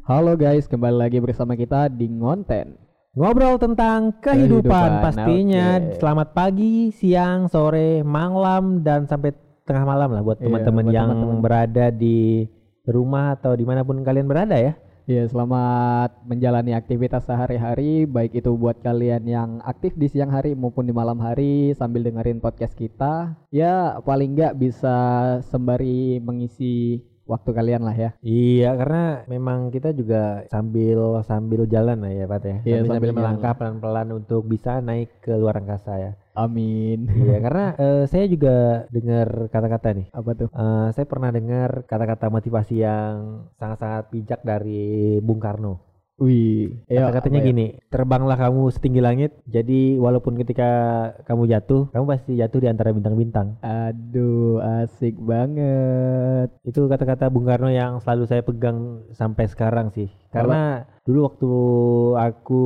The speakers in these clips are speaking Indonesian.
Halo guys, kembali lagi bersama kita di Ngonten. Ngobrol tentang kehidupan pastinya. Oke. Selamat pagi, siang, sore, malam, dan sampai tengah malam lah buat Iya, teman-teman buat yang teman-teman. berada di rumah atau dimanapun kalian berada ya. Ya, selamat menjalani aktivitas sehari-hari, baik itu buat kalian yang aktif di siang hari maupun di malam hari sambil dengerin podcast kita. Ya, paling nggak bisa sembari mengisi waktu kalian lah ya. Iya, karena memang kita juga sambil jalan lah ya, Pat ya. Iya, Sambil sambil melangkah jalan. pelan-pelan untuk bisa naik ke luar angkasa ya. Amin. Iya, karena saya juga dengar kata-kata nih. Apa tuh? Saya pernah dengar kata-kata motivasi yang sangat-sangat bijak dari Bung Karno. Wih, ya, Kata-katanya apa ya? gini, terbanglah kamu setinggi langit, jadi walaupun ketika kamu jatuh, kamu pasti jatuh di antara bintang-bintang. Aduh, asik banget. Itu kata-kata Bung Karno yang selalu saya pegang sampai sekarang sih. Karena dulu waktu aku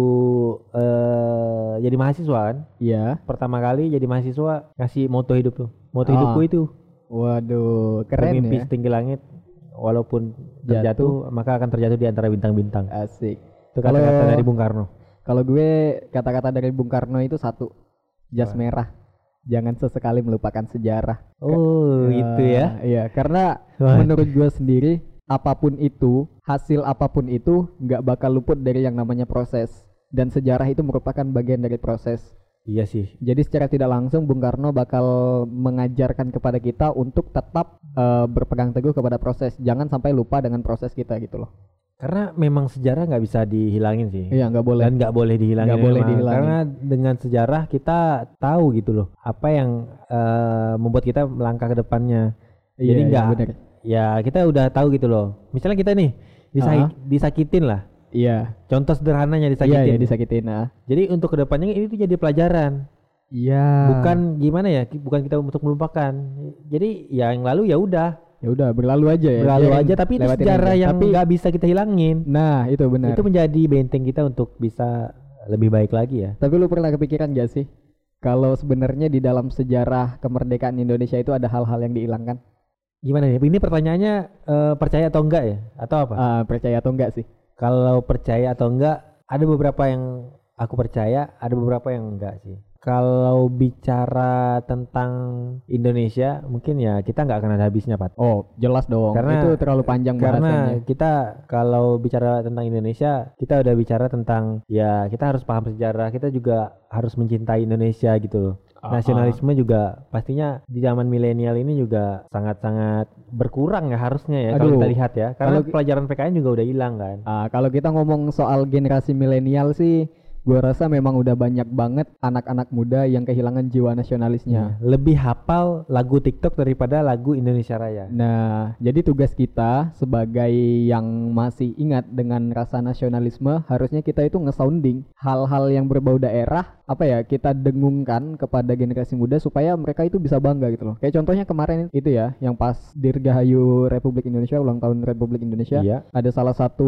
jadi mahasiswa kan, Iya. pertama kali jadi mahasiswa ngasih moto hidup tuh. Moto Ah. hidupku itu, Waduh, keren bermimpi ya. setinggi langit, walaupun terjatuh maka akan terjatuh di antara bintang-bintang. Asik. Itu kata-kata dari Bung Karno. Kalau gue kata-kata dari Bung Karno itu satu, jas Apa? merah. Jangan sesekali melupakan sejarah. Oh, itu ya. Iya, karena Wah. menurut gue sendiri apapun itu, hasil apapun itu nggak bakal luput dari yang namanya proses. Dan sejarah itu merupakan bagian dari proses. Iya sih. Jadi secara tidak langsung Bung Karno bakal mengajarkan kepada kita untuk tetap berpegang teguh kepada proses. Jangan sampai lupa dengan proses kita gitu loh. Karena memang sejarah nggak bisa dihilangin sih. Iya, nggak boleh. Dan nggak boleh dihilangin. Nggak boleh memang. dihilangin. Karena dengan sejarah kita tahu gitu loh apa yang membuat kita melangkah ke depannya. Iya, Jadi iya, nggak, bener. ya kita udah tahu gitu loh. Misalnya kita nih disakitin lah. Iya. Contoh sederhananya Iya, disakitin. iya, disakitin. Jadi untuk kedepannya ini tuh jadi pelajaran. Iya. Bukan gimana ya? Bukan kita untuk melupakan. Jadi ya yang lalu ya udah. Ya udah berlalu aja ya. Berlalu biarin, aja, tapi itu lewatin sejarah aja. yang Tapi nggak bisa kita hilangin. nah, itu benar. Itu menjadi benteng kita untuk bisa lebih baik lagi ya. Tapi lu pernah kepikiran gak sih kalau sebenarnya di dalam sejarah kemerdekaan Indonesia itu ada hal-hal yang dihilangkan? Gimana nih? Ini pertanyaannya percaya atau enggak ya? Atau apa? Percaya atau enggak sih? Kalau percaya atau enggak, ada beberapa yang aku percaya, ada beberapa yang enggak sih. Kalau bicara tentang Indonesia, mungkin ya kita nggak akan ada habisnya, Pat. Oh, jelas dong. Karena itu terlalu panjang Karena bahasanya. kita kalau bicara tentang Indonesia, kita udah bicara tentang ya kita harus paham sejarah, kita juga harus mencintai Indonesia gitu loh. Nasionalisme juga pastinya di zaman milenial ini juga sangat-sangat berkurang ya harusnya ya kalau Aduh, kita lihat ya. Karena kalau pelajaran PKN juga udah hilang kan. Kalau kita ngomong soal generasi milenial sih, gua rasa memang udah banyak banget anak-anak muda yang kehilangan jiwa nasionalisnya. Lebih hafal lagu TikTok daripada lagu Indonesia Raya. Nah, jadi tugas kita sebagai yang masih ingat dengan rasa nasionalisme, harusnya kita itu ngesounding hal-hal yang berbau daerah, apa ya, kita dengungkan kepada generasi muda supaya mereka itu bisa bangga gitu loh. Kayak contohnya kemarin itu ya, yang pas Dirgahayu Republik Indonesia, ulang tahun Republik Indonesia, Iya. ada salah satu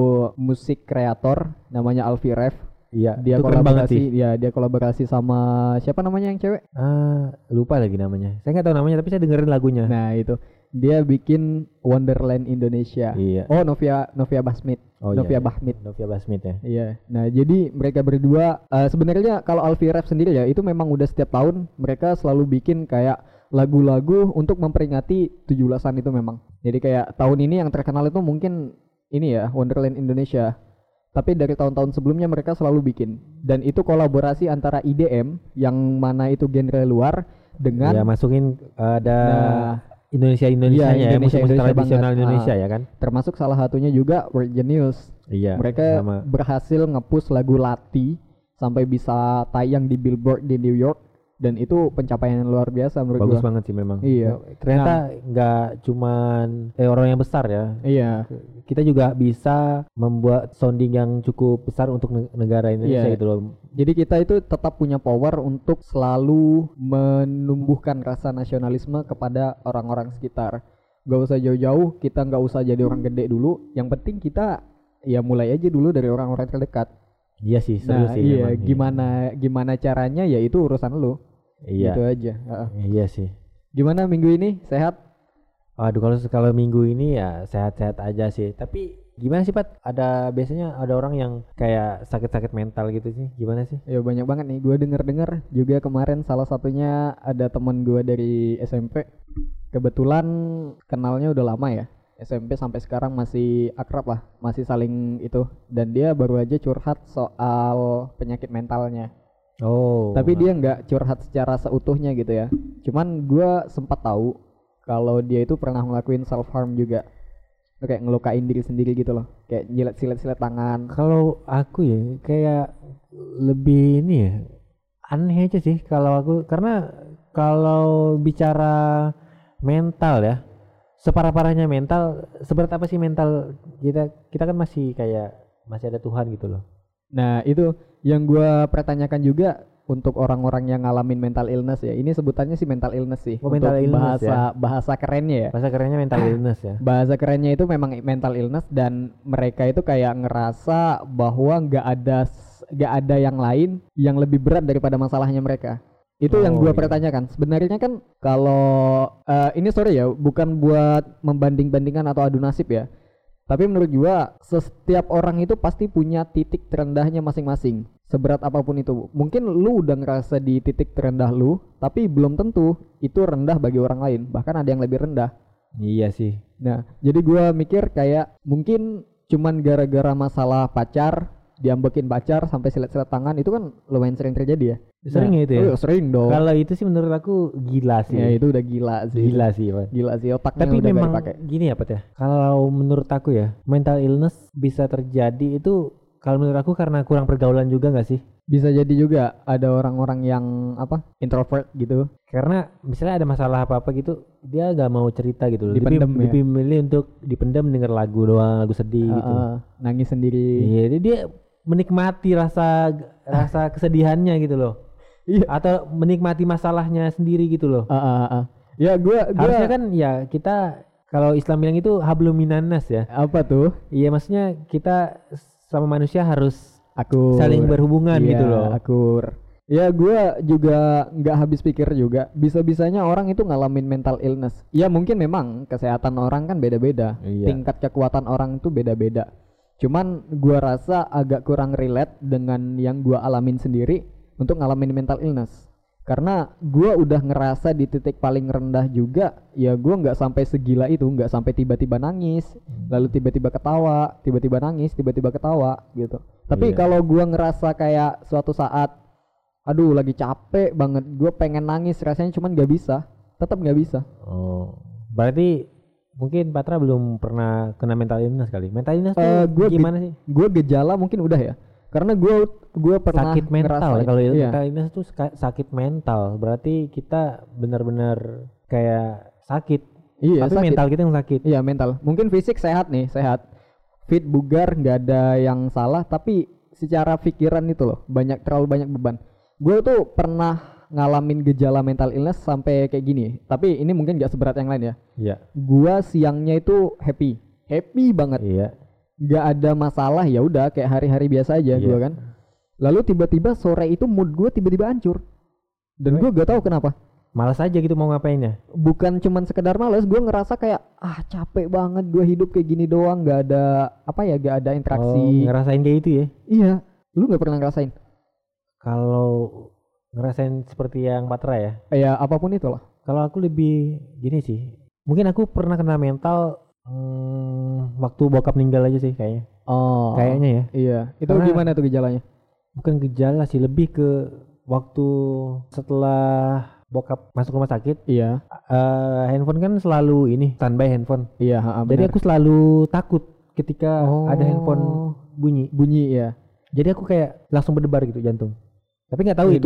musik kreator namanya Alfie Rev. Iya, Dia itu keren banget kolaborasi, sih. ya dia kolaborasi sama siapa namanya yang cewek? Lupa lagi namanya. Saya nggak tahu namanya tapi saya dengerin lagunya. Nah, itu. Dia bikin Wonderland Indonesia. Iya. Oh, Novia Basmit. Oh, Novia iya. Bahmit. Novia Basmit ya. Iya. Nah, jadi mereka berdua sebenarnya kalau Alfie Rev sendiri ya, itu memang udah setiap tahun mereka selalu bikin kayak lagu-lagu untuk memperingati 17-an itu memang. Jadi kayak tahun ini yang terkenal itu mungkin ini ya, Wonderland Indonesia. Tapi dari tahun-tahun sebelumnya mereka selalu bikin, dan itu kolaborasi antara IDM yang mana itu genre luar dengan Ya masukin ada Indonesia Iya, ya, Indonesia musik banget. tradisional Indonesia ya kan. termasuk salah satunya juga World Genius. Iya. Mereka sama. berhasil nge-push lagu Lati sampai bisa tayang di Billboard di New York, dan itu pencapaian yang luar biasa menurut Bagus gua. banget sih memang. Iya. Ternyata nggak cuman orang yang besar ya. Iya. Kita juga bisa membuat sounding yang cukup besar untuk negara Indonesia Iya. gitu loh. Jadi kita itu tetap punya power untuk selalu menumbuhkan rasa nasionalisme kepada orang-orang sekitar. Gak usah jauh-jauh, kita nggak usah jadi orang gede dulu. Yang penting kita ya mulai aja dulu dari orang-orang terdekat. Iya sih, seru Nah, sih iya, memang. gimana caranya ya itu urusan lu. Iya. Gitu aja. Iya sih. Gimana minggu ini? Sehat? Aduh, kalau minggu ini ya sehat-sehat aja sih. Tapi Gimana sih Pat? Biasanya ada orang yang kayak sakit-sakit mental gitu sih. Gimana sih? Ya banyak banget nih. Gue denger juga kemarin salah satunya ada teman gue dari SMP. Kebetulan kenalnya udah lama ya. SMP sampai sekarang masih akrab lah, masih saling itu. Dan dia baru aja curhat soal penyakit mentalnya. Oh. Tapi dia nggak curhat secara seutuhnya gitu ya. Cuman gue sempat tahu kalau dia itu pernah ngelakuin self harm juga. Kayak ngelukain diri sendiri gitu loh, kayak jilat-silat tangan. Kalau aku ya kayak lebih ini ya, aneh aja sih kalau aku, karena kalau bicara mental ya, separah-parahnya mental, seberat apa sih mental kita kan masih kayak masih ada Tuhan gitu loh. Nah itu yang gue pertanyakan juga untuk orang-orang yang ngalamin mental illness ya. Ini sebutannya sih mental illness sih. Oh, mental illness bahasa kerennya ya. Bahasa kerennya mental illness ya. Bahasa kerennya itu memang mental illness, dan mereka itu kayak ngerasa bahwa nggak ada yang lain yang lebih berat daripada masalahnya mereka. Itu yang gue pertanyakan. Sebenarnya kan kalau ini sorry ya, bukan buat membanding-bandingkan atau adu nasib ya. Tapi menurut gua setiap orang itu pasti punya titik terendahnya masing-masing. Seberat apapun itu. Mungkin lu udah ngerasa di titik terendah lu, tapi belum tentu itu rendah bagi orang lain. Bahkan ada yang lebih rendah. Iya sih. Nah, jadi gua mikir kayak mungkin cuman gara-gara masalah pacar, diambekin pacar sampai silet-silet tangan, itu kan lumayan sering terjadi ya. Sering ya itu ya? Sering dong. Kalau itu sih menurut aku gila sih. Ya itu udah gila sih. Gila sih, Pak. Gila sih, otaknya tapi udah memang dipakai. Gini ya Pat ya, kalau menurut aku ya mental illness bisa terjadi itu kalau menurut aku karena kurang pergaulan juga nggak sih? Bisa jadi juga ada orang-orang yang introvert gitu, karena misalnya ada masalah apa-apa gitu dia nggak mau cerita gitu loh, dipendem ya? lebih milih untuk dipendam, denger lagu doang, lagu sedih gitu, nangis sendiri. iya, jadi dia menikmati rasa kesedihannya gitu loh. Iya. Atau menikmati masalahnya sendiri gitu loh. Ya gua harusnya kan ya kita kalau Islam bilang itu hablum minanas ya. Apa tuh? Iya, maksudnya kita sama manusia harus akur, saling berhubungan gitu loh. Akur. Ya gua juga nggak habis pikir juga. Bisa-bisanya orang itu ngalamin mental illness. Ya mungkin memang kesehatan orang kan beda-beda. Iya. Tingkat kekuatan orang itu beda-beda. Cuman gua rasa agak kurang relate dengan yang gua alamin sendiri untuk ngalamin mental illness. Karena gue udah ngerasa di titik paling rendah juga, ya gue nggak sampai segila itu, nggak sampai tiba-tiba nangis, lalu tiba-tiba ketawa, tiba-tiba nangis, tiba-tiba ketawa gitu. Tapi kalau gue ngerasa kayak suatu saat, aduh lagi capek banget, gue pengen nangis rasanya, cuman nggak bisa, tetap nggak bisa. Oh, berarti mungkin Patra belum pernah kena mental illness kali. Mental illness tuh gimana sih? Gue gejala mungkin udah ya. Karena gue pernah sakit mental ya, kalau mental illness itu sakit mental, berarti kita benar-benar kayak sakit. Iya, tapi sakit. Mental kita yang sakit. Iya, mental. Mungkin fisik sehat nih, sehat, fit, bugar, nggak ada yang salah, tapi secara pikiran itu loh terlalu banyak beban. Gue tuh pernah ngalamin gejala mental illness sampai kayak gini, tapi ini mungkin nggak seberat yang lain ya. Iya. Gue siangnya itu happy banget. Iya. Gak ada masalah, ya udah kayak hari-hari biasa aja gue kan. Lalu tiba-tiba sore itu mood gue tiba-tiba hancur, dan gue gak tahu kenapa. Malas aja gitu mau ngapainnya. Bukan cuman sekedar malas, gue ngerasa kayak capek banget gue hidup kayak gini doang, gak ada gak ada interaksi. Ngerasain kayak itu ya? Iya, lu gak pernah ngerasain? Kalau ngerasain seperti yang Patra ya? Ya apapun itu lah. Kalau aku lebih gini sih, mungkin aku pernah kena mental waktu bokap meninggal aja sih kayaknya. Oh, kayaknya ya. Iya. Itu karena gimana tuh gejalanya? Bukan gejala sih, lebih ke waktu setelah bokap masuk rumah sakit. Iya. Handphone kan selalu ini standby handphone. Iya. Jadi aku selalu takut ketika ada handphone bunyi ya. Jadi aku kayak langsung berdebar gitu jantung. Tapi nggak tahu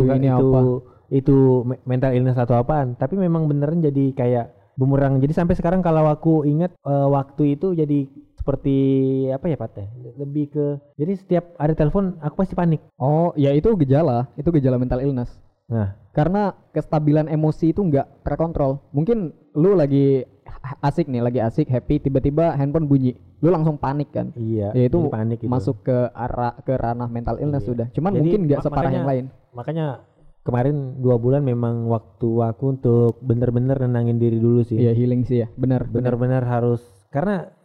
itu mental illness atau apaan. Tapi memang beneran jadi kayak bumerang. Jadi sampai sekarang kalau aku ingat waktu itu jadi seperti apa ya Pat ya? Lebih ke jadi setiap ada telepon aku pasti panik. Oh, ya itu gejala mental illness. Nah, karena kestabilan emosi itu nggak terkontrol. Mungkin lu lagi asik happy, tiba-tiba handphone bunyi, lu langsung panik kan? Iya. Ya itu panik gitu. Masuk ke ranah mental illness sudah. Cuman jadi, mungkin nggak separah yang lain. Makanya kemarin 2 bulan memang waktu aku untuk bener-bener nenangin diri dulu sih. Iya, healing sih ya. Bener-bener harus, karena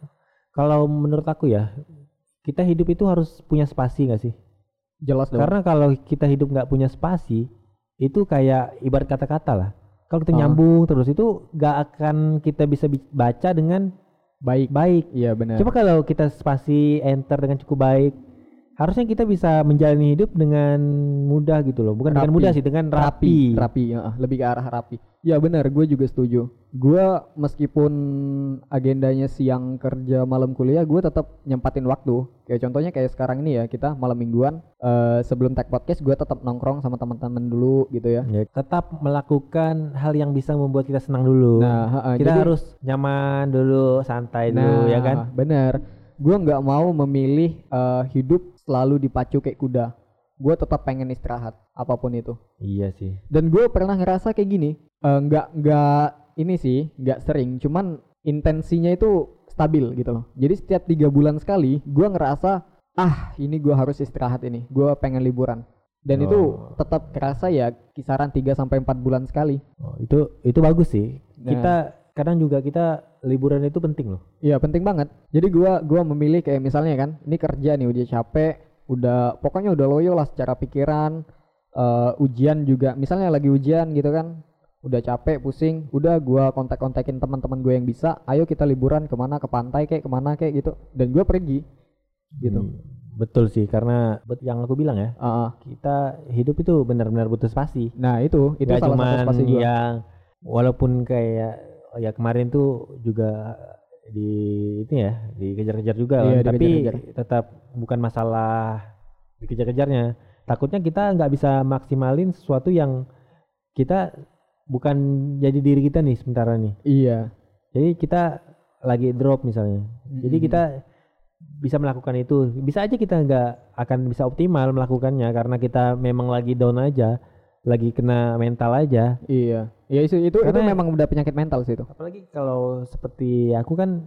Kalau menurut aku ya, kita hidup itu harus punya spasi nggak sih? Jelas dong. Karena kalau kita hidup nggak punya spasi, itu kayak ibarat kata-kata lah. Kalau kita nyambung terus itu nggak akan kita bisa baca dengan baik. Iya benar. Coba kalau kita spasi enter dengan cukup baik, harusnya kita bisa menjalani hidup dengan mudah gitu loh. Bukan dengan mudah sih, dengan rapi. Ya, lebih ke arah rapi. Ya benar, gue juga setuju. Gue meskipun agendanya siang kerja malam kuliah, gue tetap nyempatin waktu. Kayak contohnya kayak sekarang ini ya, kita malam mingguan sebelum tag podcast gue tetap nongkrong sama teman-teman dulu gitu ya. Tetap melakukan hal yang bisa membuat kita senang dulu. Nah, kita jadi harus nyaman dulu, santai dulu ya kan. Bener. Gue nggak mau memilih hidup selalu dipacu kayak kuda. Gue tetap pengen istirahat apapun itu. Iya sih. Dan gue pernah ngerasa kayak gini. Nggak ini sih, nggak sering. Cuman intensinya itu stabil gitu loh. Jadi setiap 3 bulan sekali, gue ngerasa ini gue harus istirahat ini. Gue pengen liburan. Dan itu tetap kerasa ya kisaran 3-4 bulan sekali. Itu bagus sih. Kita kadang juga kita liburan itu penting loh. Iya penting banget. Jadi gua memilih kayak misalnya kan, ini kerja nih udah capek, pokoknya udah loyo lah secara pikiran, ujian juga. Misalnya lagi ujian gitu kan, udah capek, pusing, udah gua kontak-kontakin teman-teman gue yang bisa, ayo kita liburan kemana, ke pantai kayak kemana kayak gitu. Dan gua pergi gitu. Betul sih, karena yang aku bilang ya, kita hidup itu benar-benar butuh spasi. Nah itu gak salah satu spasi gua. Yang walaupun kayak ya kemarin tuh juga dikejar-kejar juga kan, tapi tetap bukan masalah dikejar-kejarnya. Takutnya kita nggak bisa maksimalin sesuatu yang kita bukan jadi diri kita nih sementara nih. Iya. Jadi kita lagi drop misalnya. Jadi kita bisa melakukan itu. Bisa aja kita nggak akan bisa optimal melakukannya karena kita memang lagi down aja, lagi kena mental aja. Iya. Ya itu memang udah penyakit mental sih itu. Apalagi kalau seperti aku kan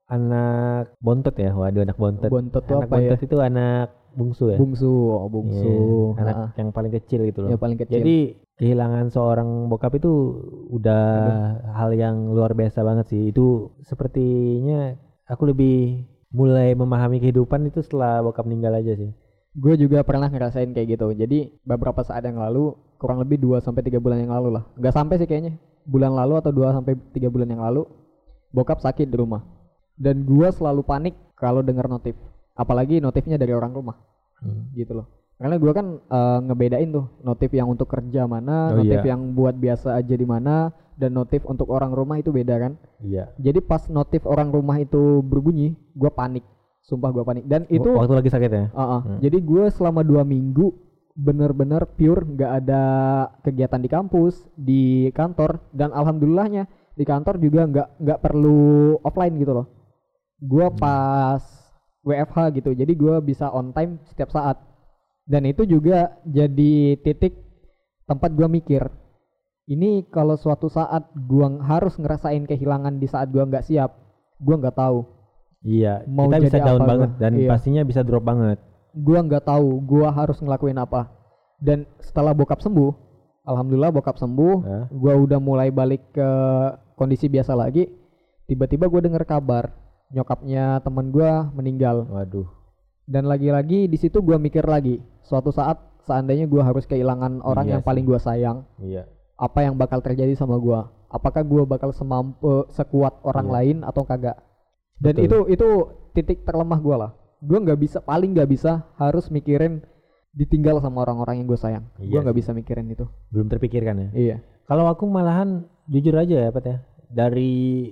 anak bontot ya. Waduh, anak bontot. Bontot tuh anak apa bontot ya? Itu anak bungsu ya. Bungsu. Yeah, anak yang paling kecil gitu loh. Ya paling kecil. Jadi kehilangan seorang bokap itu udah hal yang luar biasa banget sih. Itu sepertinya aku lebih mulai memahami kehidupan itu setelah bokap meninggal aja sih. Gue juga pernah ngerasain kayak gitu. Jadi beberapa saat yang lalu, kurang lebih 2-3 bulan yang lalu lah. Nggak sampai sih kayaknya. Bulan lalu atau 2-3 bulan yang lalu, bokap sakit di rumah. Dan gue selalu panik kalau denger notif. Apalagi notifnya dari orang rumah. Gitu loh. Karena gue kan ngebedain tuh notif yang untuk kerja mana, notif yang buat biasa aja di mana, dan notif untuk orang rumah itu beda kan. Iya. Jadi pas notif orang rumah itu berbunyi, gue panik. Sumpah gue panik. Dan itu waktu lagi sakit ya. Jadi gue selama 2 minggu bener-bener pure nggak ada kegiatan di kampus, di kantor, dan alhamdulillahnya di kantor juga nggak perlu offline gitu loh. Gue pas WFH gitu, jadi gue bisa on time setiap saat. Dan itu juga jadi titik tempat gue mikir, ini kalau suatu saat gue harus ngerasain kehilangan di saat gue nggak siap, gue nggak tahu. Iya, mau kita bisa down banget dan pastinya bisa drop banget. Gua nggak tahu gua harus ngelakuin apa. Dan setelah bokap sembuh, alhamdulillah bokap sembuh, gua udah mulai balik ke kondisi biasa lagi. Tiba-tiba gua dengar kabar nyokapnya teman gua meninggal. Waduh. Dan lagi-lagi di situ gua mikir lagi, suatu saat seandainya gua harus kehilangan orang yang paling gua sayang, apa yang bakal terjadi sama gua? Apakah gua bakal sekuat orang lain atau kagak? Dan itu titik terlemah gue lah. Gue paling nggak bisa harus mikirin ditinggal sama orang-orang yang gue sayang. Gue nggak bisa mikirin itu. Belum terpikirkan ya. Iya. Kalau aku malahan jujur aja ya Pat ya. Dari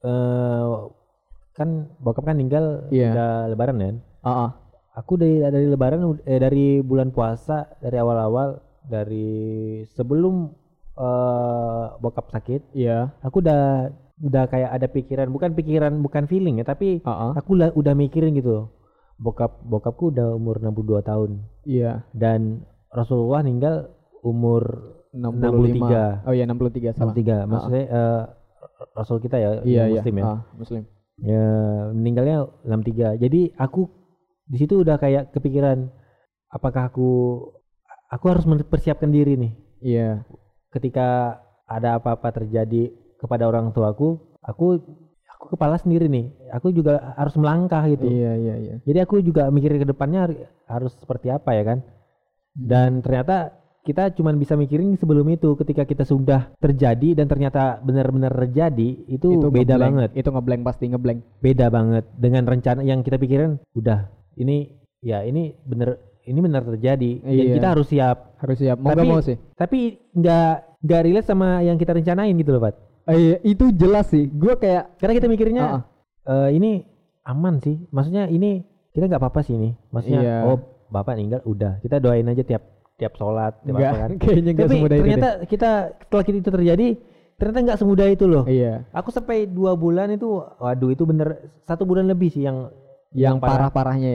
kan bokap kan meninggal udah Lebaran kan. Aku dari Lebaran dari bulan puasa, dari awal-awal, dari sebelum bokap sakit. Iya. Aku udah kayak ada bukan feeling ya, tapi aku udah mikirin gitu. Bokapku udah umur 62 tahun. Iya. Dan Rasulullah meninggal umur 65. Oh iya 63 salah. 63. Maksudnya Rasul kita ya, Muslim ya. Muslim. Ya meninggalnya 63. Jadi aku di situ udah kayak kepikiran, apakah aku harus mempersiapkan diri nih. Iya. Ketika ada apa-apa terjadi kepada orang tuaku, aku aku kepala sendiri nih. Aku juga harus melangkah gitu. Iya. Jadi aku juga mikir ke depannya harus seperti apa ya kan. Dan ternyata kita cuma bisa mikirin sebelum itu, ketika kita sudah terjadi dan ternyata benar-benar terjadi, itu beda banget. Itu ngeblank, pasti ngeblank. Beda banget dengan rencana yang kita pikirin. Udah, ini benar terjadi. Dan kita harus siap. Harus siap. Mau nggak mau sih. Tapi nggak relate sama yang kita rencanain gitu loh, Pat. Iya, itu jelas sih. Gue kayak karena kita mikirnya ini aman sih. Maksudnya ini kita nggak apa-apa sih ini. Maksudnya bapak meninggal, udah kita doain aja tiap sholat, tiap apa kan. Kayaknya nggak semudah ternyata itu. kita setelah itu terjadi, ternyata nggak semudah itu loh. Iya. Aku sampai 2 bulan itu, waduh itu bener 1 bulan lebih sih yang parahnya.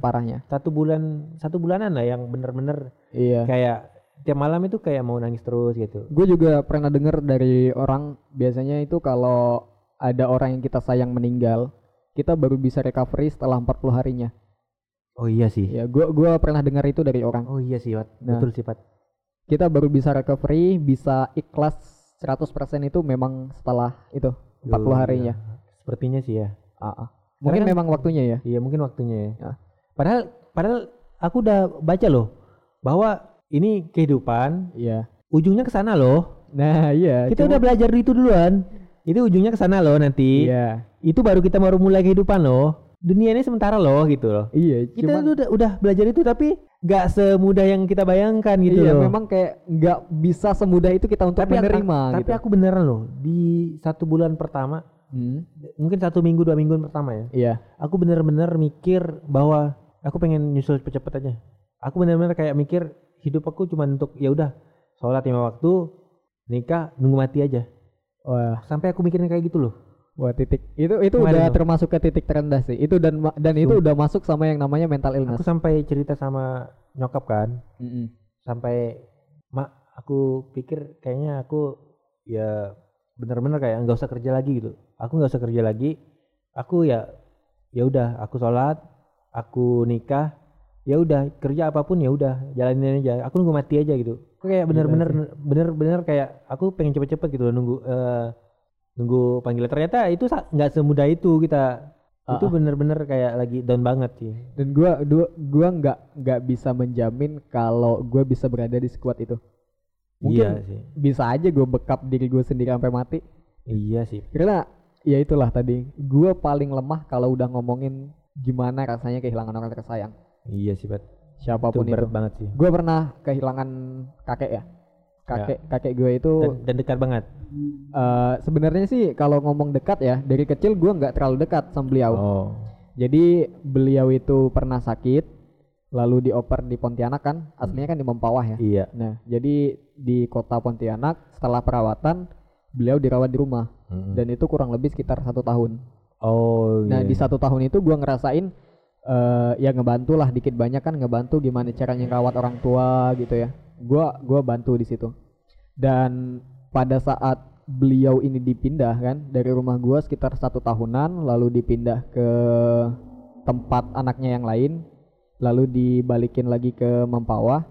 1 bulanan lah yang bener-bener kayak tiap malam itu kayak mau nangis terus gitu. Gue juga pernah dengar dari orang, biasanya itu kalau ada orang yang kita sayang meninggal, kita baru bisa recovery setelah 40 harinya. Oh iya sih. Ya, gue pernah dengar itu dari orang. Oh iya sih, Pat. Betul sih, Pat. Kita baru bisa recovery, bisa ikhlas 100% itu memang setelah itu 40 harinya. Sepertinya sih ya. Mungkin memang waktunya ya. Iya, mungkin waktunya ya. Padahal aku udah baca loh bahwa ini kehidupan. Iya. Ujungnya ke sana loh. Nah, iya. Kita udah belajar itu duluan. Itu ujungnya ke sana loh nanti. Iya. Itu baru kita baru mulai kehidupan loh. Dunia ini sementara loh gitu loh. Iya, kita udah belajar itu, tapi nggak semudah yang kita bayangkan gitu loh. Iya, memang kayak nggak bisa semudah itu kita untuk menerima gitu. Tapi aku beneran loh, di 1 bulan pertama, mungkin 1 minggu 2 minggu pertama ya. Iya. Aku bener-bener mikir bahwa aku pengen nyusul cepet-cepet aja. Aku bener-bener kayak mikir hidup aku cuma untuk ya udah sholat 5 waktu, nikah, nunggu mati aja. Wah, sampai aku mikirin kayak gitu loh. Wah, titik itu udah termasuk ke titik terendah sih. Itu dan itu udah masuk sama yang namanya mental illness. Aku sampai cerita sama nyokap kan. Sampai aku pikir kayaknya aku ya bener-bener kayak nggak usah kerja lagi gitu. Aku nggak usah kerja lagi. Aku ya udah, aku sholat, aku nikah, ya udah kerja apapun ya udah jalanin aja. Aku nunggu mati aja gitu. Aku kayak bener-bener kayak aku pengen cepet-cepet gitu loh, nunggu panggilan. Ternyata itu nggak semudah itu kita. Itu bener-bener kayak lagi down banget sih. Dan gua nggak bisa menjamin kalau gua bisa berada di squad itu. Mungkin sih. Bisa aja gua bekap diri gua sendiri sampai mati. Iya sih. Karena ya itulah tadi, gua paling lemah kalau udah ngomongin gimana rasanya kehilangan orang tersayang. Iya sih, Pat. Siapapun itu. Berat banget sih. Gua pernah kehilangan kakek ya. Kakek gue itu dan dekat banget. Sebenarnya sih kalau ngomong dekat ya, dari kecil gue nggak terlalu dekat sama beliau. Jadi beliau itu pernah sakit, lalu dioper di Pontianak kan, aslinya kan di Mempawah ya. Iya. Nah, jadi di kota Pontianak setelah perawatan beliau dirawat di rumah, dan itu kurang lebih sekitar 1 tahun. Nah, di 1 tahun itu gue ngerasain ya ngebantu lah dikit banyak kan, ngebantu gimana caranya ngerawat orang tua gitu ya. Gua bantu di situ. Dan pada saat beliau ini dipindah kan dari rumah gua sekitar 1 tahunan, lalu dipindah ke tempat anaknya yang lain, lalu dibalikin lagi ke Mempawah.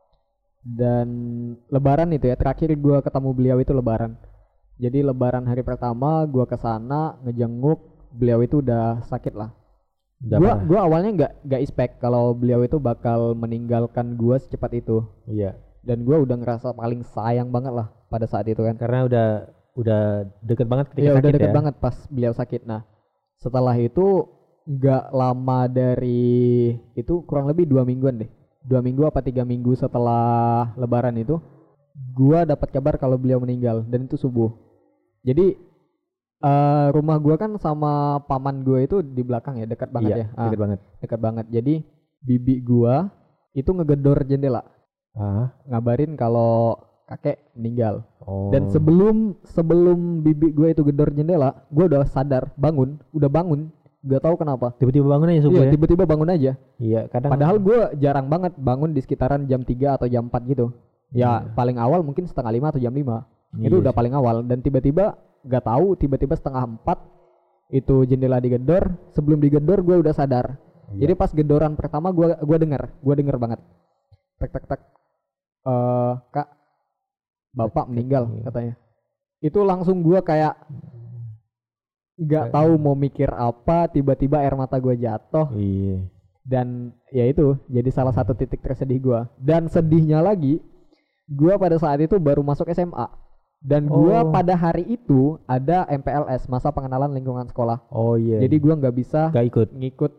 Dan lebaran itu ya, terakhir gua ketemu beliau itu lebaran. Jadi lebaran hari pertama gua kesana ngejenguk, beliau itu udah sakit lah. Gua awalnya nggak expect kalau beliau itu bakal meninggalkan gua secepat itu. Iya. Dan gua udah ngerasa paling sayang banget lah pada saat itu kan. Karena udah deket banget ketika sakit. Iya, udah deket banget pas beliau sakit. Nah, setelah itu nggak lama dari itu, kurang lebih 2 mingguan deh. 2 minggu apa 3 minggu setelah lebaran itu, gua dapat kabar kalau beliau meninggal, dan itu subuh. Jadi rumah gua kan sama paman gua itu di belakang ya, dekat banget. Iya, ya. Dekat banget. Jadi bibi gua itu ngegedor jendela, ngabarin kalau kakek meninggal. Dan sebelum bibi gua itu gedor jendela, gua udah sadar, udah bangun, gak tahu kenapa. Tiba-tiba bangun aja subuh. Iya, tiba-tiba bangun aja. Iya, kadang. Padahal gua jarang banget bangun di sekitaran jam 3 atau jam 4 gitu. Ya, paling awal mungkin setengah 5 atau jam 5. Itu udah paling awal. Dan tiba-tiba gak tahu, tiba-tiba setengah 4 itu jendela digedor. Sebelum digedor gue udah sadar. Jadi pas gedoran pertama gue denger banget tek tek tek, kak, bapak meninggal katanya. Itu langsung gue kayak nggak tahu mau mikir apa, tiba-tiba air mata gue jatuh. Iya. Dan ya itu jadi salah satu titik tersedih gue. Dan sedihnya lagi, gue pada saat itu baru masuk SMA. Dan gue pada hari itu ada MPLS, masa pengenalan lingkungan sekolah. Oh iya. Jadi gue nggak bisa ikut ngikut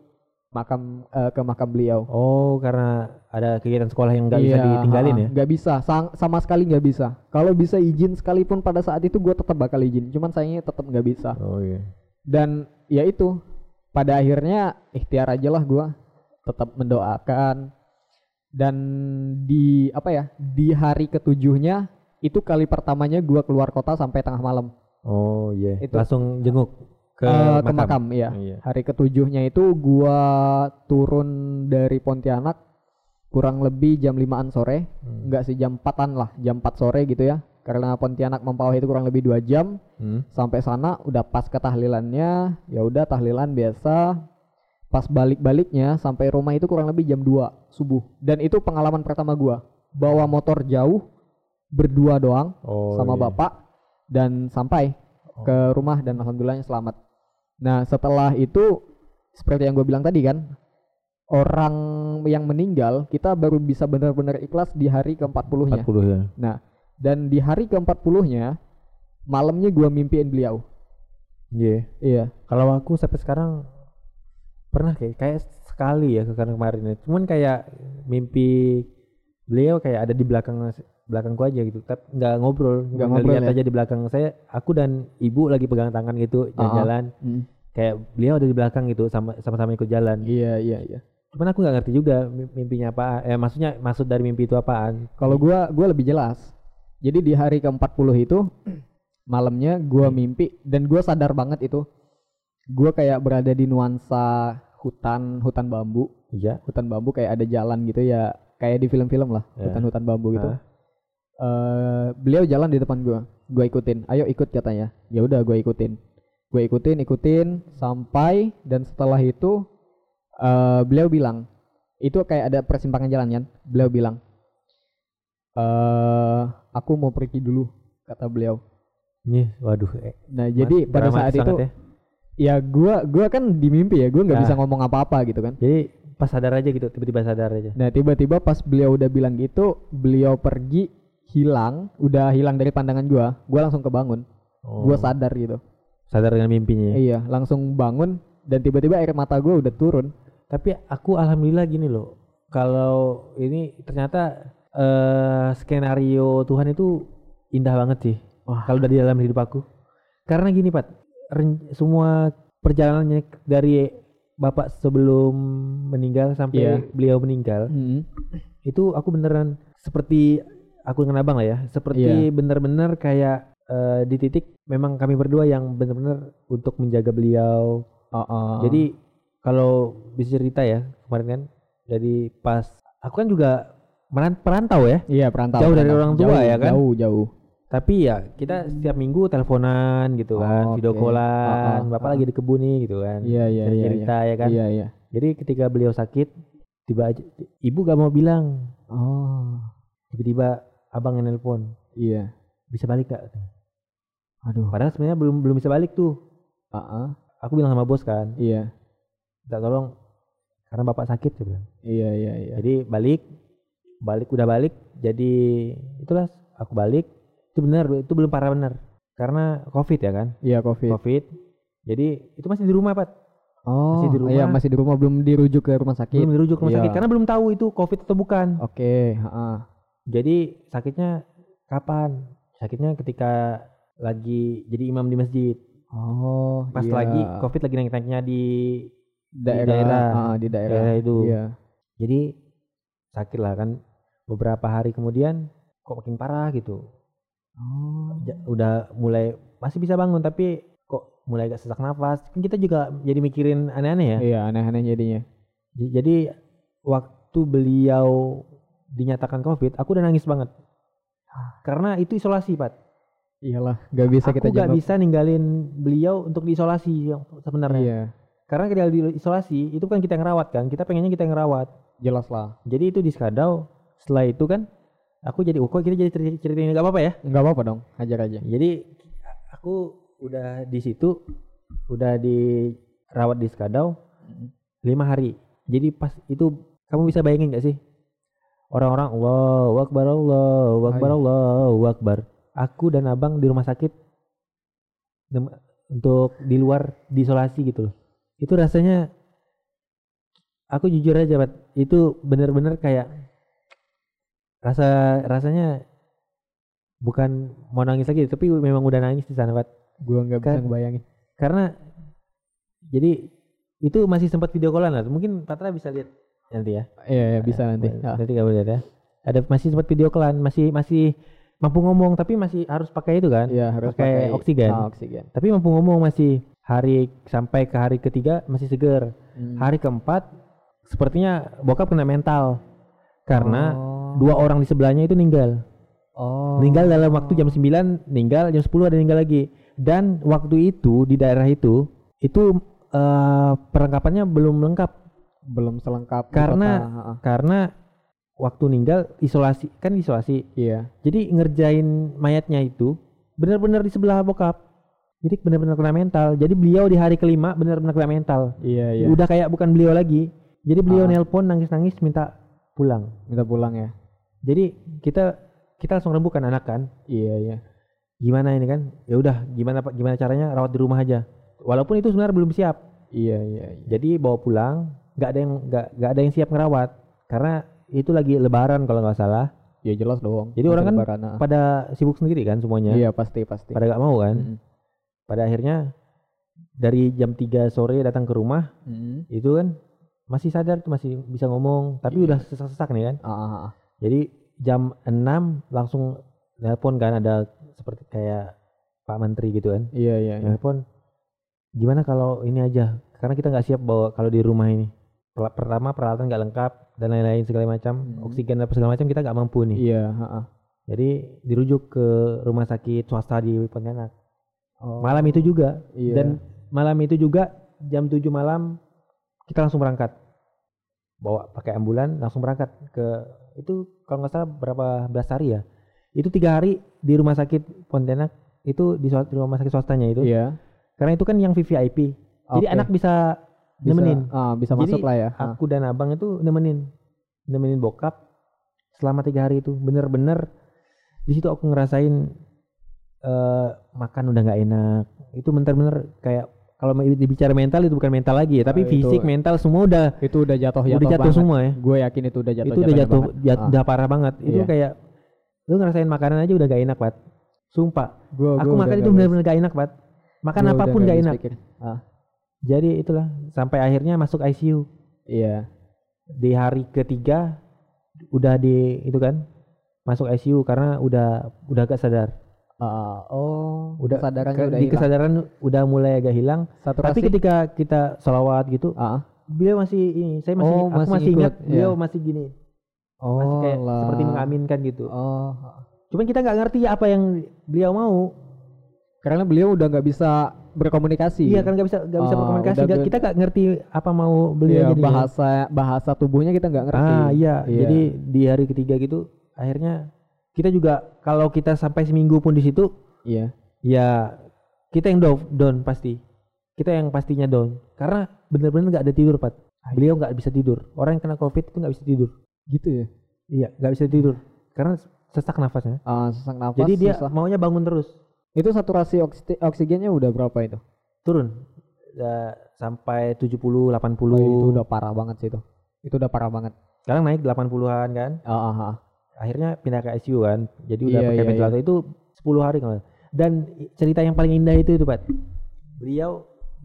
ke makam beliau. Oh, karena ada kegiatan sekolah yang nggak bisa ditinggalin ya? Nggak bisa, sama sekali nggak bisa. Kalau bisa izin sekalipun pada saat itu gue tetap bakal izin. Cuman sayangnya tetap nggak bisa. Oh iya. Dan ya itu, pada akhirnya ikhtiar aja lah gue tetap mendoakan. Dan di hari ketujuhnya itu kali pertamanya gue keluar kota sampai tengah malam. Oh iya. Itu langsung jenguk ke makam ya. Iya. Hari ketujuhnya itu gue turun dari Pontianak kurang lebih jam 5-an sore. Enggak sih, jam 4-an lah, jam 4 sore gitu ya. Karena Pontianak Mempawah itu kurang lebih 2 jam. Sampai sana udah pas ke tahlilannya, ya udah tahlilan biasa. Pas balik-baliknya sampai rumah itu kurang lebih jam 2 subuh. Dan itu pengalaman pertama gue. Bawa motor jauh berdua doang sama bapak dan sampai ke rumah dan alhamdulillahnya selamat. Nah setelah itu seperti yang gue bilang tadi kan, orang yang meninggal kita baru bisa benar-benar ikhlas di hari ke-40-nya. 40 ya. Nah dan di hari ke-40-nya malamnya gue mimpiin beliau. Iya. Kalau aku sampai sekarang pernah kayak sekali ya kemarin ya. Cuman kayak mimpi beliau kayak ada di belakangku aja gitu, tapi nggak ngobrol lihat aja di belakang saya, aku dan ibu lagi pegang tangan gitu jalan-jalan, kayak beliau ada di belakang gitu sama-sama ikut jalan. Iya. Cuman aku nggak ngerti juga mimpinya apa, maksudnya maksud dari mimpi itu apaan. Kalau gua lebih jelas. Jadi di hari ke-40 itu malamnya gua mimpi dan gua sadar banget itu gua kayak berada di nuansa hutan bambu. Iya. Hutan bambu kayak ada jalan gitu ya, kayak di film-film lah, hutan bambu gitu. Beliau jalan di depan gue ikutin, ayo ikut katanya. Ya udah gue ikutin sampai, dan setelah itu beliau bilang, itu kayak ada persimpangan jalan kan, beliau bilang aku mau pergi dulu, kata beliau. Waduh. Nah jadi pada saat itu ya gue kan di mimpi ya, gue nggak bisa ngomong apa-apa gitu kan. Jadi pas sadar aja gitu, tiba-tiba sadar aja. Nah tiba-tiba pas beliau udah bilang gitu, beliau pergi, udah hilang dari pandangan gua langsung kebangun. Gua sadar gitu. Sadar dengan mimpinya ya? Iya, langsung bangun dan tiba-tiba air mata gua udah turun. Tapi aku alhamdulillah gini loh, kalau ini ternyata skenario Tuhan itu indah banget sih. Kalau dari dalam hidup aku. Karena gini Pat, semua perjalanannya dari bapak sebelum meninggal sampai beliau meninggal, itu aku beneran seperti aku dengan abang lah ya, seperti benar-benar kayak di titik memang kami berdua yang benar-benar untuk menjaga beliau. Jadi kalau bisa cerita ya kemarin kan, jadi pas aku kan juga perantau ya. Iya, perantau. Jauh dari orang tua ya kan. Jauh. Tapi ya kita setiap minggu teleponan gitu kan, video callan. Bapak lagi di kebun nih gitu kan. Iya. Cerita ya kan. Iya. Jadi ketika beliau sakit, tiba aja ibu gak mau bilang. Tiba-tiba abang yang nelpon. Iya. Bisa balik gak? Aduh. Padahal sebenarnya belum bisa balik tuh. Aku bilang sama bos kan. Iya. Minta tolong karena bapak sakit dia bilang. Iya. Jadi udah balik. Jadi itulah aku balik. Itu benar, itu belum parah benar. Karena COVID ya kan? Iya, COVID. Jadi itu masih di rumah, Pat. Masih di rumah. Iya, masih di rumah, belum dirujuk ke rumah sakit. Belum dirujuk ke rumah sakit karena belum tahu itu COVID atau bukan. Oke, Jadi sakitnya kapan? Sakitnya ketika lagi jadi imam di masjid. Pas lagi COVID lagi naik-naiknya di daerah itu. Iya. Jadi sakit lah kan. Beberapa hari kemudian kok makin parah gitu. Udah mulai masih bisa bangun tapi kok mulai agak sesak nafas. Kan kita juga jadi mikirin aneh-aneh ya. Iya, aneh-aneh jadinya. Jadi waktu beliau dinyatakan COVID, aku udah nangis banget. Karena itu isolasi, Pat. Iyalah, gak bisa kita jenguk. Aku gak bisa ninggalin beliau untuk diisolasi sebenarnya. Iya. Karena ketika diisolasi, itu kan kita yang ngerawat kan. Kita pengennya kita yang ngerawat. Jelas lah. Jadi itu di Skadau. Setelah itu kan aku jadi kok kita jadi ceritain, gak apa-apa ya? Gak apa-apa dong, hajar aja. Jadi aku udah di situ udah dirawat di Skadau 5 hari. Jadi pas itu kamu bisa bayangin gak sih? Orang-orang Allahu Akbar, Allahu Akbar, Allahu Akbar. Aku dan abang di rumah sakit untuk di luar diisolasi gitu loh. Itu rasanya, aku jujur aja Pat, itu bener-bener kayak rasanya bukan mau nangis lagi, tapi memang udah nangis di sana Pat. Gua nggak bisa ngebayangin. Karena jadi itu masih sempat video callan lah. Mungkin Patra bisa lihat nanti ya. Iya, bisa nanti. Nanti kamu lihat ya. Ada masih sempat video callan, masih mampu ngomong, tapi masih harus pakai itu kan? Iya, harus pakai oksigen. Oksigen. Tapi mampu ngomong masih sampai ke hari ketiga masih seger. Hari keempat sepertinya bokap kena mental karena 2 orang di sebelahnya itu meninggal. Meninggal dalam waktu jam 9, meninggal jam 10 ada meninggal lagi. Dan waktu itu di daerah itu perlengkapannya belum lengkap, belum selengkap karena waktu meninggal isolasi. Iya. Jadi ngerjain mayatnya itu benar-benar di sebelah bokap. Jadi benar-benar kena mental. Jadi beliau di hari kelima benar-benar kena mental. Iya. Udah kayak bukan beliau lagi. Jadi beliau nelpon nangis-nangis minta pulang ya. Jadi kita langsung rembukan anak kan. Iya. Gimana ini kan? Ya udah, gimana caranya rawat di rumah aja. Walaupun itu sebenarnya belum siap. Iya. Jadi bawa pulang, nggak ada yang siap ngerawat karena itu lagi lebaran kalau nggak salah. Ya jelas dong. Jadi orang kan pada sibuk sendiri kan semuanya. Iya, pasti. Pada nggak mau kan. Pada akhirnya dari jam 3 sore datang ke rumah, itu kan masih sadar tuh, masih bisa ngomong, tapi udah sesak-sesak nih kan. Jadi jam 6 langsung nelpon kan, ada seperti kayak Pak Menteri gitu kan. Iya. Nelpon, gimana kalau ini aja, karena kita nggak siap bawa kalau di rumah ini. Pertama peralatan nggak lengkap dan lain-lain segala macam, oksigen apa segala macam kita nggak mampu nih. Iya. Jadi dirujuk ke rumah sakit swasta di Pontianak. Malam itu juga. Iya. Dan malam itu juga jam 7 malam kita langsung berangkat. Bawa pakai ambulan langsung berangkat ke itu, kalau nggak salah berapa belas hari ya. Itu 3 hari di rumah sakit Pontianak, itu di rumah sakit swastanya itu. Iya. Karena itu kan yang VVIP. Jadi anak bisa nemenin. Bisa masuk lah ya. Aku dan abang itu nemenin bokap selama 3 hari itu. Bener-bener di situ aku ngerasain makan udah nggak enak. Itu bener-bener kayak kalau dibicara mental itu bukan mental lagi ya, tapi fisik, mental semua udah jatuh semua ya. Gue yakin itu udah jatuh. Itu udah parah banget. Itu kayak lu ngerasain makanan aja udah gak enak, Pat. Sumpah. Aku makan itu benar-benar gak enak, Pat. Makan apapun gak enak. Jadi itulah sampai akhirnya masuk ICU. Iya. Di hari ketiga udah itu kan masuk ICU karena udah gak sadar. Udah kesadarannya udah hilang. Kesadaran udah mulai agak hilang. Tapi ketika kita sholawat gitu, beliau masih ini, aku masih ingat beliau masih gini. Masih kayak seperti mengaminkan gitu. Cuman kita nggak ngerti apa yang beliau mau. Karena beliau udah nggak bisa berkomunikasi. Iya kan nggak bisa berkomunikasi. Kita nggak ngerti apa mau beliau. Jadi bahasa tubuhnya kita nggak ngerti. Iya. Jadi di hari ketiga gitu akhirnya kita juga kalau kita sampai seminggu pun di situ. Iya. Ya kita yang down pasti. Kita yang pastinya down. Karena benar-benar nggak ada tidur, Pat. Beliau nggak bisa tidur. Orang yang kena COVID itu nggak bisa tidur. Gitu ya? Iya, nggak bisa tidur karena sesak nafasnya. Sesak nafas. Jadi dia maunya bangun terus. Itu saturasi oksigennya udah berapa itu? Turun. Sampai 70, 80. Itu udah parah banget sih itu. Itu udah parah banget. Sekarang naik 80-an kan? Akhirnya pindah ke ICU kan. Jadi udah pakai ventilator itu 10 hari kan. Dan cerita yang paling indah itu Pak. Beliau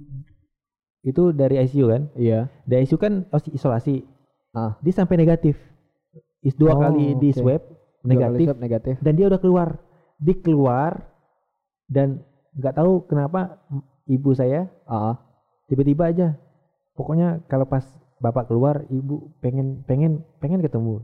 itu dari ICU kan? Iya. Dari ICU kan isolasi. Dia sampai negatif. 2 kali di swab negatif. Dan dia udah keluar. Dia keluar dan nggak tahu kenapa ibu saya tiba-tiba aja. Pokoknya kalau pas bapak keluar, ibu pengen ketemu.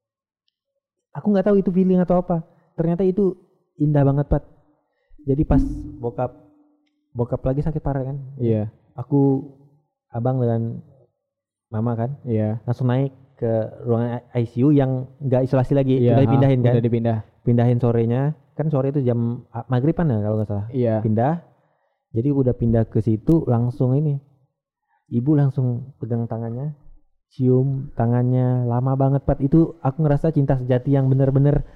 Aku nggak tahu itu feeling atau apa. Ternyata itu indah banget, Pat. Jadi pas bokap lagi sakit parah kan? Iya. Aku, abang dan mama kan? Iya. Langsung naik ke ruangan ICU yang nggak isolasi lagi, udah dipindahin kan? Udah Pindahin sorenya, kan sore itu jam maghriban ya kalau nggak salah. Iya. Pindah, Jadi udah pindah ke situ langsung ini. Ibu langsung pegang tangannya, cium tangannya, lama banget Pat. Itu aku ngerasa cinta sejati yang bener-bener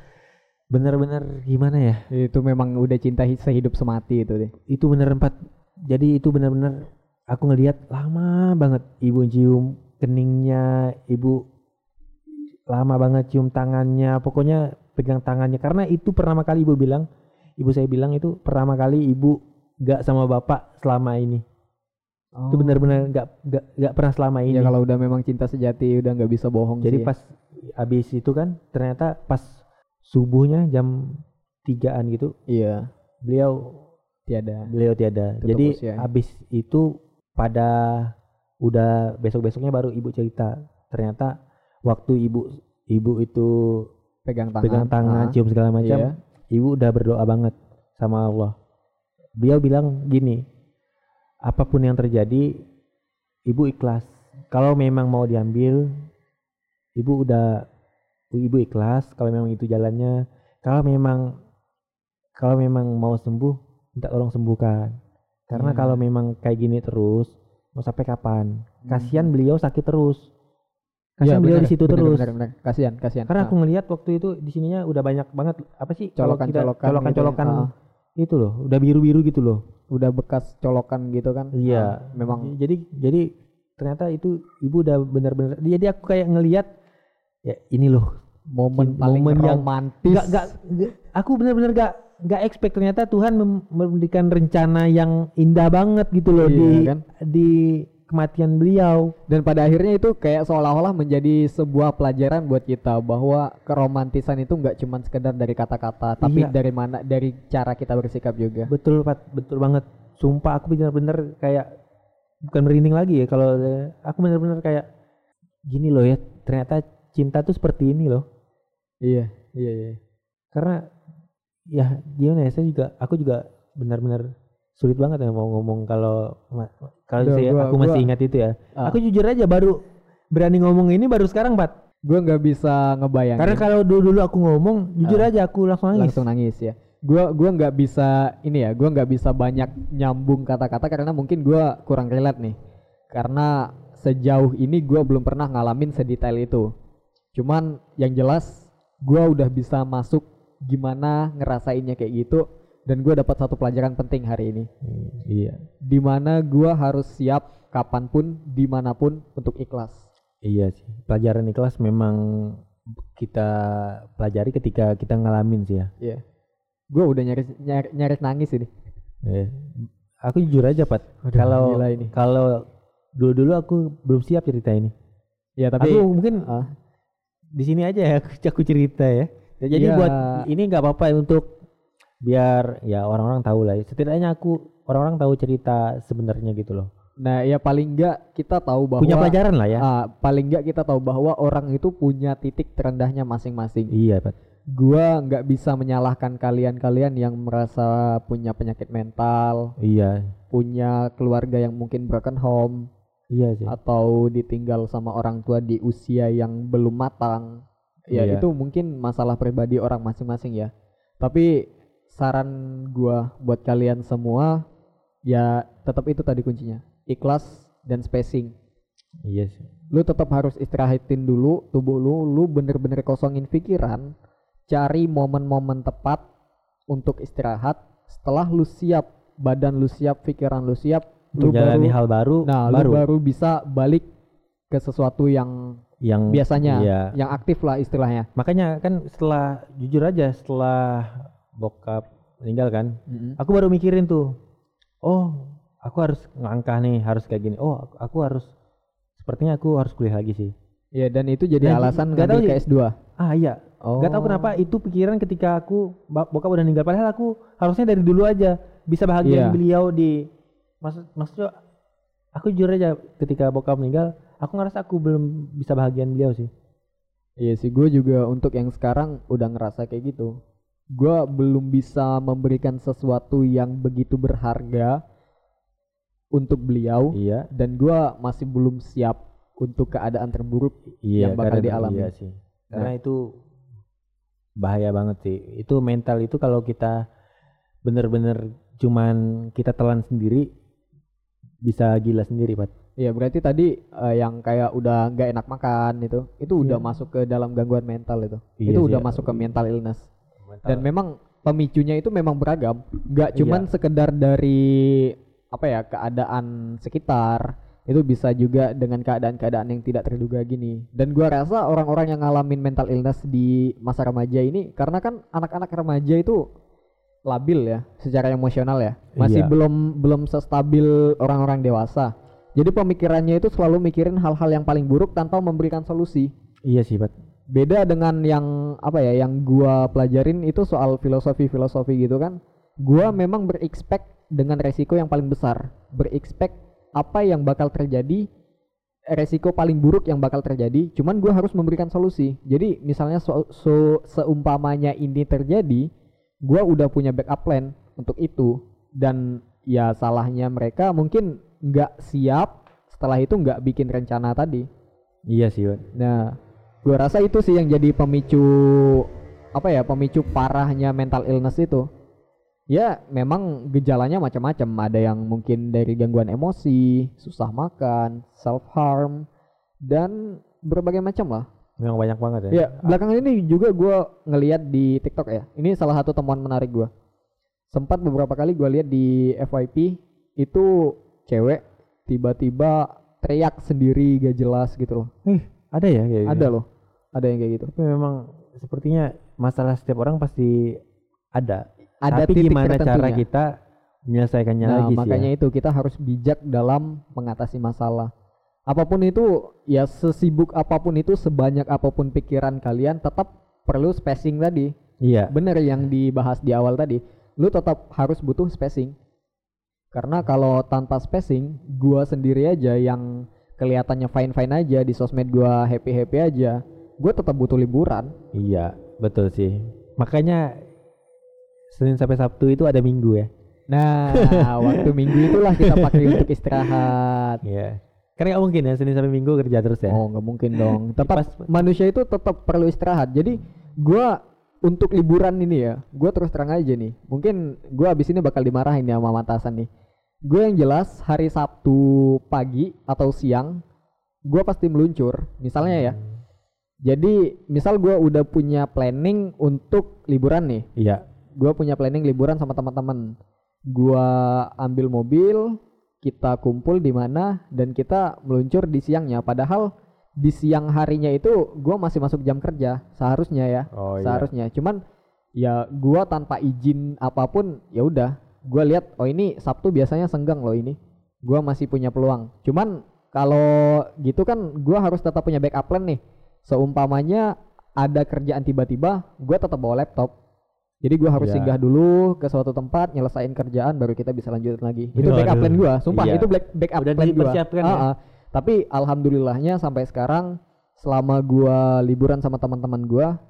gimana ya? Itu memang udah cinta sehidup semati itu deh. Itu bener Pat. Jadi itu bener-bener aku ngelihat lama banget ibu cium keningnya, ibu lama banget cium tangannya, pokoknya pegang tangannya. Karena itu pertama kali ibu saya bilang itu pertama kali ibu gak sama bapak selama ini. Itu benar-benar gak pernah selama ini. Ya kalau udah memang cinta sejati udah nggak bisa bohong. Jadi sih, pas abis itu kan ternyata pas subuhnya jam 3-an gitu. Iya. Beliau tiada. Tutup Jadi usia. abis itu pada udah besoknya baru ibu cerita. Ternyata waktu ibu itu pegang tangan, cium segala macam, iya. Ibu udah berdoa banget sama Allah. Beliau bilang gini, apapun yang terjadi, ibu ikhlas. Kalau memang mau diambil, ibu ikhlas. Kalau memang itu jalannya, kalau memang mau sembuh, minta tolong sembuhkan. Karena kalau memang kayak gini terus, mau sampai kapan? Kasihan beliau sakit terus. Kasihan beliau di situ terus. Bener. Kasihan. Karena aku ngelihat waktu itu di sininya udah banyak banget apa sih colokan itu loh, udah biru-biru gitu loh. Udah bekas colokan gitu kan. Iya, memang. Jadi ternyata itu ibu udah benar-benar. Jadi aku kayak ngelihat ya ini loh momen paling romantis. Aku benar-benar gak expect ternyata Tuhan memberikan rencana yang indah banget gitu loh di kematian beliau. Dan pada akhirnya itu kayak seolah-olah menjadi sebuah pelajaran buat kita bahwa keromantisan itu nggak cuma sekedar dari kata-kata, tapi dari cara kita bersikap juga. Betul Pat, betul banget. Sumpah aku benar-benar kayak bukan merinding lagi ya kalau aku benar-benar kayak gini loh ya, ternyata cinta tuh seperti ini loh. Iya. Karena ya gimana ya, aku juga benar-benar sulit banget ya mau ngomong kalau aku masih ingat itu ya. Aku jujur aja baru berani ngomong ini baru sekarang, Pat. Gue nggak bisa ngebayangin. Karena kalau dulu aku ngomong, jujur aja aku langsung nangis ya. Gue nggak bisa gue nggak bisa banyak nyambung kata-kata karena mungkin gue kurang relate nih. Karena sejauh ini gue belum pernah ngalamin sedetail itu. Cuman yang jelas gue udah bisa masuk gimana ngerasainnya kayak gitu. Dan gue dapat satu pelajaran penting hari ini. Iya. Dimana gue harus siap kapanpun, dimanapun untuk ikhlas. Iya sih. Pelajaran ikhlas memang kita pelajari ketika kita ngalamin sih ya. Iya. Gue udah nyaris nangis ini. Iya. Aku jujur aja Pat. Kalau dulu aku belum siap cerita ini. Ya tapi aku mungkin di sini aja ya aku cerita ya. Jadi buat ini nggak apa-apa untuk biar ya orang-orang tahu lah. Setidaknya orang-orang tahu cerita sebenarnya gitu loh. Nah ya paling enggak kita tahu bahwa punya pelajaran lah ya. Paling enggak kita tahu bahwa orang itu punya titik terendahnya masing-masing. Iya Pat. Gua nggak bisa menyalahkan kalian yang merasa punya penyakit mental. Iya. Punya keluarga yang mungkin broken home. Iya sih. Atau ditinggal sama orang tua di usia yang belum matang. Ya itu mungkin masalah pribadi orang masing-masing ya. Tapi saran gua buat kalian semua ya tetap itu tadi kuncinya, ikhlas dan spacing. Iya sih. Lu tetap harus istirahatin dulu tubuh lu bener-bener kosongin pikiran, cari momen-momen tepat untuk istirahat. Setelah lu siap, badan lu siap, pikiran lu siap, lu jalani hal baru. Lu baru bisa balik ke sesuatu yang biasanya, yang aktif lah istilahnya. Makanya kan jujur aja setelah bokap meninggal kan, aku baru mikirin tuh, aku harus ngelangkah nih, harus kayak gini. Sepertinya aku harus kuliah lagi sih. Iya, dan itu jadi alasan ngambil ke S2. Iya. Gak tahu kenapa itu pikiran ketika bokap udah meninggal, padahal aku harusnya dari dulu aja bisa bahagiain beliau di maksudnya aku jujur aja ketika bokap meninggal, aku ngerasa aku belum bisa bahagiain beliau sih. Iya sih, gue juga untuk yang sekarang udah ngerasa kayak gitu. Gue belum bisa memberikan sesuatu yang begitu berharga untuk beliau. Iya. Dan gue masih belum siap untuk keadaan terburuk yang bakal dialami. Iya sih. Karena itu bahaya banget sih. Itu mental itu kalau kita bener-bener cuman kita telan sendiri bisa gila sendiri, Pat. Iya, berarti tadi yang kayak udah nggak enak makan itu udah masuk ke dalam gangguan mental itu. Iya Itu sih, udah ya. masuk ke mental illness. Mental. Dan memang pemicunya itu memang beragam, nggak cuman sekedar dari apa ya keadaan sekitar, itu bisa juga dengan keadaan-keadaan yang tidak terduga gini. Dan gua rasa orang-orang yang ngalamin mental illness di masa remaja ini, karena kan anak-anak remaja itu labil ya secara emosional ya, masih Iya. belum sestabil orang-orang dewasa. Jadi pemikirannya itu selalu mikirin hal-hal yang paling buruk tanpa memberikan solusi. Iya sih, Pat. Beda dengan yang apa ya, yang gua pelajarin itu soal filosofi gitu kan. Gua memang berekspek dengan resiko yang paling besar, berekspek apa yang bakal terjadi, resiko paling buruk yang bakal terjadi, cuman gua harus memberikan solusi. Jadi misalnya seumpamanya ini terjadi, gua udah punya backup plan untuk itu. Dan ya salahnya mereka mungkin nggak siap, setelah itu nggak bikin rencana tadi. Iya sih, Pat. Nah, gua rasa itu sih yang jadi pemicu apa ya, pemicu parahnya mental illness itu. Ya memang gejalanya macam-macam, ada yang mungkin dari gangguan emosi, susah makan, self harm, dan berbagai macam lah. Memang banyak banget ya. Ya belakangan ini juga gua ngelihat di TikTok ya, ini salah satu temuan menarik gua. Sempat beberapa kali gua lihat di FYP itu cewek tiba-tiba teriak sendiri gak jelas gitu loh. Ada ya kayak gitu? Ada loh, ada yang kayak gitu. Tapi memang sepertinya masalah setiap orang pasti ada. Ada Tapi titik gimana cara tertentunya. kita menyelesaikannya Nah lagi sih makanya ya. itu kita harus bijak dalam mengatasi masalah. Apapun itu, ya sesibuk apapun itu, sebanyak apapun pikiran kalian, tetap perlu spacing tadi. Iya. Bener yang dibahas di awal tadi, lu tetap harus butuh spacing. Karena kalau tanpa spacing, gua sendiri aja yang kelihatannya fine-fine aja di sosmed, gua happy-happy aja, gua tetap butuh liburan. Iya, betul sih. Makanya Senin sampai Sabtu itu ada Minggu ya. Nah, waktu minggu itulah kita pakai untuk istirahat. Iya. Karena nggak mungkin ya Senin sampai Minggu kerja terus ya. Oh, nggak mungkin dong. Tetap Pas- manusia itu tetap perlu istirahat. Jadi gua untuk liburan ini ya, gua terus terang aja nih. Mungkin gua abis ini bakal dimarahin ya sama mantasan nih. Gue yang jelas hari Sabtu pagi atau siang, gua pasti meluncur. Misalnya ya. Jadi misal gua udah punya planning untuk liburan nih. Iya. Gua punya planning liburan sama teman-teman. Gua ambil mobil, kita kumpul di mana dan kita meluncur di siangnya. Padahal di siang harinya itu gua masih masuk jam kerja seharusnya ya. Oh iya. Seharusnya. Cuman ya gua tanpa izin apapun, ya udah, gua lihat oh ini Sabtu biasanya senggang loh ini. Gua masih punya peluang. Cuman kalau gitu kan gua harus tetap punya backup plan nih. Seumpamanya ada kerjaan tiba-tiba, gua tetap bawa laptop. Jadi gua harus Iya. singgah dulu ke suatu tempat, nyelesain kerjaan, baru kita bisa lanjutin lagi. Itu backup Waduh. plan gua, sumpah Iya. itu backup Udah plan gua. dipersiapkan ya? Tapi alhamdulillahnya sampai sekarang selama gua liburan sama teman-teman gua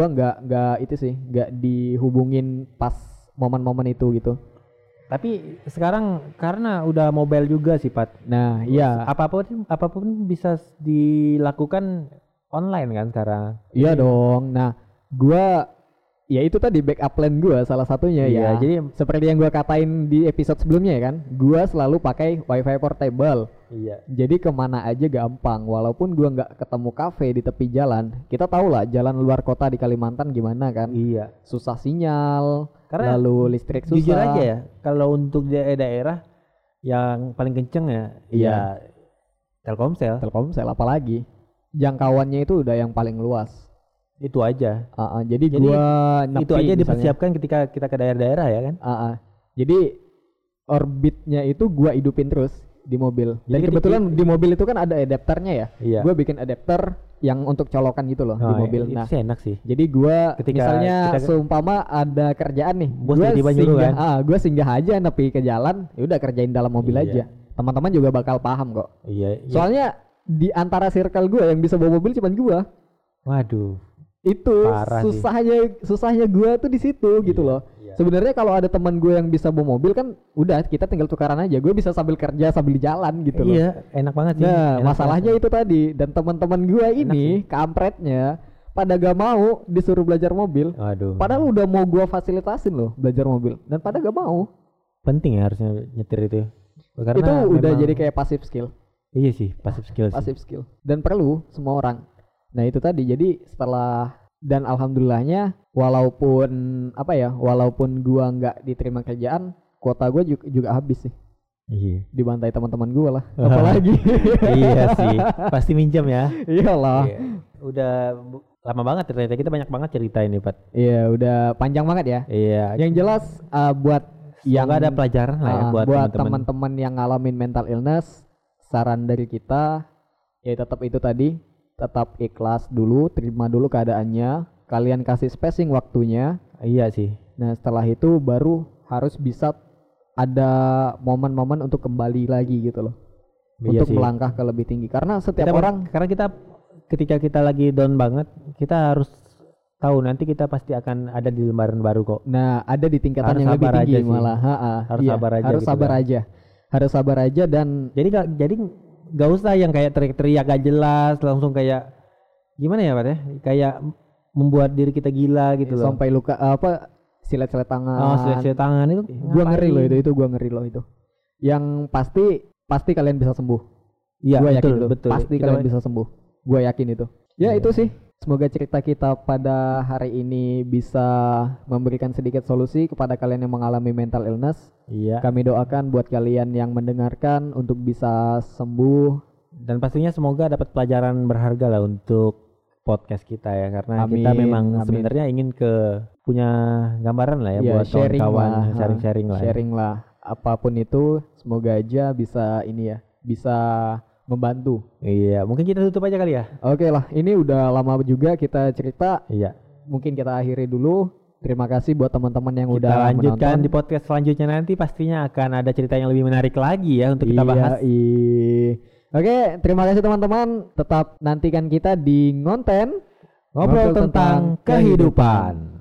nggak itu sih, nggak dihubungin pas momen-momen itu gitu. Tapi sekarang karena udah mobile juga sih, Pat. Nah, iya. Apapun bisa dilakukan online kan sekarang. Iya dong. Nah, gua ya itu tadi backup plan gua salah satunya ya. Iya, jadi Seperti yang gua katain di episode sebelumnya ya kan, gua selalu pakai wifi portable. iya. Jadi kemana aja gampang, walaupun gua nggak ketemu kafe di tepi jalan. Kita tahu lah jalan luar kota di Kalimantan gimana kan, Iya. susah sinyal, Karena lalu listrik susah. jujur aja ya, kalau untuk daerah yang paling kenceng ya, Iya. Telkomsel. Telkomsel apalagi, jangkauannya itu udah yang paling luas. Itu aja. Jadi Jadi, gua itu nepi aja misalnya. dipersiapkan ketika kita ke daerah-daerah ya kan. Jadi orbitnya itu gua hidupin terus di mobil. Dan Jadi kebetulan di mobil itu kan ada adapternya ya. Iya. Gua bikin adapter yang untuk colokan gitu loh di mobil. Itu Nah, sih enak sih. jadi gua Ketika misalnya kita- seumpama ada kerjaan nih, Bos gua tiba-tiba nyuruh singgah, kan? gua singgah aja nepi ke jalan, ya udah kerjain dalam mobil Iya. aja. Teman-teman juga bakal paham kok. Iya. Soalnya di antara circle gua yang bisa bawa mobil cuman gua. Waduh. Itu Parah sih. susahnya gua tuh di situ gitu Iya, loh. iya. Sebenarnya kalau ada teman gue yang bisa bawa mobil kan udah kita tinggal tukaran aja. Gue bisa sambil kerja sambil jalan gitu loh. Iya, enak banget sih. Nah, Enak masalahnya banget. itu tadi, dan teman-teman gue ini kampretnya pada gak mau disuruh belajar mobil. Waduh. Padahal udah mau gue fasilitasin loh belajar mobil, dan pada gak mau. penting ya harusnya nyetir itu. Karena itu udah memang- jadi kayak passive skill. Iya sih, passive skill sih. Passive skill dan perlu semua orang. Nah itu tadi, jadi setelah dan alhamdulillahnya walaupun gua nggak diterima kerjaan, kuota gua juga habis sih, Iya. dibantai teman-teman gua lah. Apalagi Iya sih, pasti minjam ya. iyalah. Iya. Udah lama banget ternyata, kita banyak banget cerita ini, Pat. Iya udah panjang banget ya. Iya. Yang jelas buat yang Semoga ada pelajaran lah ya buat teman-teman. teman-teman yang ngalamin mental illness, saran dari kita ya tetap itu tadi, tetap ikhlas dulu, terima dulu keadaannya, kalian kasih spacing waktunya. Iya sih. Nah setelah itu baru harus bisa ada momen-momen untuk kembali lagi gitu loh, Iya untuk sih. melangkah ke lebih tinggi, karena setiap Kita orang karena kita ketika kita lagi down banget, kita harus tahu nanti kita pasti akan ada di lembaran baru kok. nah ada di tingkatan Harus yang lebih sabar tinggi aja sih. malah. Harus Iya, sabar aja harus gitu sabar kan. aja, harus sabar aja. Dan Jadi nggak usah yang kayak teriak-teriak gak jelas, langsung kayak gimana ya, Pak ya? Kayak membuat diri kita gila gitu loh. sampai luka silet-silet tangan. Oh, silet-silet tangan itu Gua ngeri loh ngapain? itu gua ngeri loh itu. Yang pasti kalian bisa sembuh. Iya, Gua yakin betul, itu. betul. Pasti Kita- kalian bisa sembuh. Gua yakin itu. Ya Iya. itu sih. Semoga cerita kita pada hari ini bisa memberikan sedikit solusi kepada kalian yang mengalami mental illness. Iya. Kami doakan buat kalian yang mendengarkan untuk bisa sembuh. Dan pastinya semoga dapat pelajaran berharga lah untuk podcast kita ya, karena kita Amin, memang amin. sebenarnya ingin punya gambaran lah ya, Ya, buat sharing kawan-kawan, lah, sharing-sharing lah. Ya. Sharing lah. Apapun itu, semoga aja bisa bisa membantu. Iya, mungkin kita tutup aja kali ya. Oke lah, ini udah lama juga kita cerita. Iya. Mungkin kita akhiri dulu. Terima kasih buat teman-teman yang Kita udah lanjutkan menonton. di podcast selanjutnya, nanti pastinya akan ada cerita yang lebih menarik lagi ya untuk kita Iya, bahas. Oke, terima kasih teman-teman. Tetap nantikan kita di Ngonten Ngobrol tentang kehidupan.